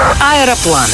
Аэропланы.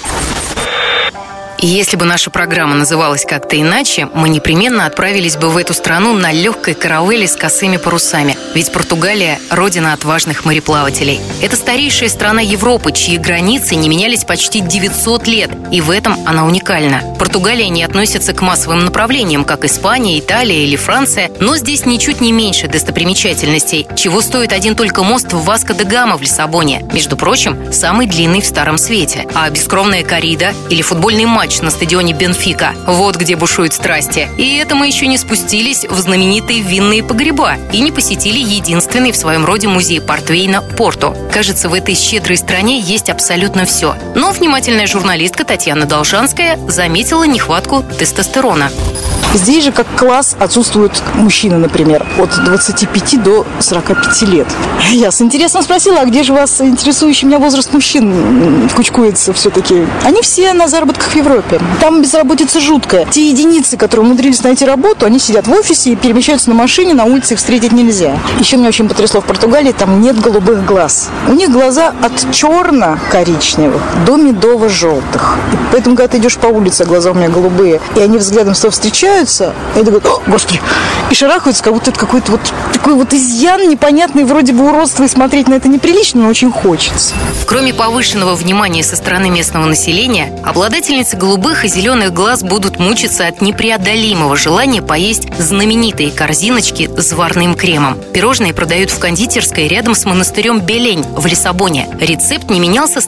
Если бы наша программа называлась как-то иначе, мы непременно отправились бы в эту страну на легкой каравелле с косыми парусами. Ведь Португалия – родина отважных мореплавателей. Это старейшая страна Европы, чьи границы не менялись почти 900 лет. И в этом она уникальна. Португалия не относится к массовым направлениям, как Испания, Италия или Франция, но здесь ничуть не меньше достопримечательностей, чего стоит один только мост в Васко-де-Гама в Лиссабоне. Между прочим, самый длинный в Старом Свете. А бескровная коррида или футбольный матч на стадионе Бенфика. Вот где бушуют страсти. И это мы еще не спустились в знаменитые винные погреба и не посетили единственный в своем роде музей портвейна Порту. Кажется, в этой щедрой стране есть абсолютно все. Но внимательная журналистка Татьяна Должанская заметила нехватку тестостерона. Здесь же как класс отсутствуют мужчины, например, от 25 до 45 лет. Я с интересом спросила, а где же вас интересующий меня возраст мужчин кучкуется все-таки? Они все на заработках в Европе. Там безработица жуткая. Те единицы, которые умудрились найти работу, они сидят в офисе и перемещаются на машине, на улице их встретить нельзя. Еще меня очень потрясло в Португалии, там нет голубых глаз. У них глаза от черно-коричневых до медово-желтых. И поэтому, когда ты идешь по улице, глаза у меня голубые, и они взглядом с тобой встречаются, и ты говоришь: о, господи, и шарахаются, как будто это какой-то вот такой вот изъян непонятный, вроде бы уродство, и смотреть на это неприлично, но очень хочется. Кроме повышенного внимания со стороны местного населения, обладательницы голубых и зеленых глаз будут мучиться от непреодолимого желания поесть знаменитые корзиночки с заварным кремом. Пирожные продают в кондитерской рядом с монастырем Белень в Лиссабоне. Рецепт не менялся с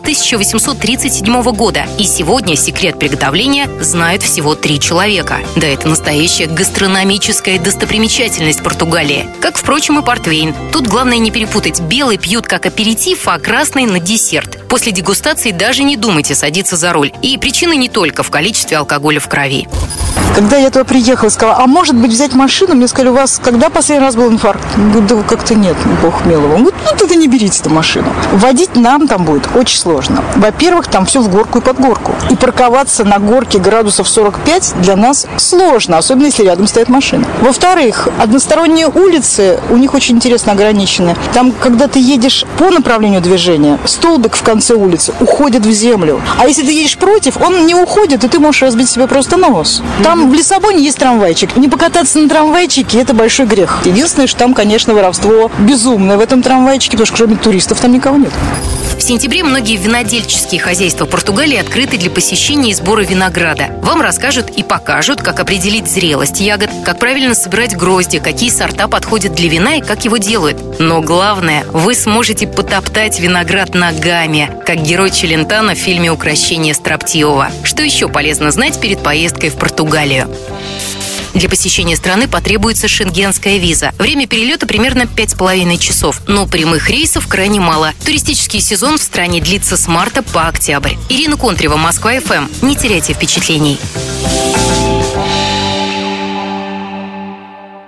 1837 года, и сегодня секрет приготовления знают всего 3 человека. Да, это настоящая гастрономическая достопримечательность Португалии. Как, впрочем, и портвейн. Тут главное не перепутать. Белый пьют как аперитив, а красный на десерт. После дегустации даже не думайте садиться за руль. И причина не только в количестве алкоголя в крови. Когда я туда приехала, сказала: а может быть взять машину? Мне сказали: у вас когда последний раз был инфаркт? Я говорю: да как-то нет, бог милого. Он говорит: ну тогда не берите эту машину. Водить нам там будет очень сложно. Во-первых, там все в горку и под горку. И парковаться на горке градусов 45 для нас сложно, особенно если рядом стоит машина. Во-вторых, односторонние улицы у них очень интересно ограничены. Там, когда ты едешь по направлению движения, столбик в конце улицы уходит в землю. А если ты едешь против, он не уходит, и ты можешь разбить себе просто нос. Там в Лиссабоне есть трамвайчик. Не покататься на трамвайчике – это большой грех. Единственное, что там, конечно, воровство безумное в этом трамвайчике, потому что кроме туристов там никого нет. В сентябре многие винодельческие хозяйства Португалии открыты для посещения и сбора винограда. Вам расскажут и покажут, как определить зрелость ягод, как правильно собирать грозди, какие сорта подходят для вина и как его делают. Но главное, вы сможете потоптать виноград ногами, как герой Челентано в фильме «Укрощение строптивого». Что еще полезно знать перед поездкой в Португалию? Для посещения страны потребуется шенгенская виза. Время перелета примерно 5,5 часов, но прямых рейсов крайне мало. Туристический сезон в стране длится с марта по октябрь. Ирина Контрева, Москва ФМ. Не теряйте впечатлений.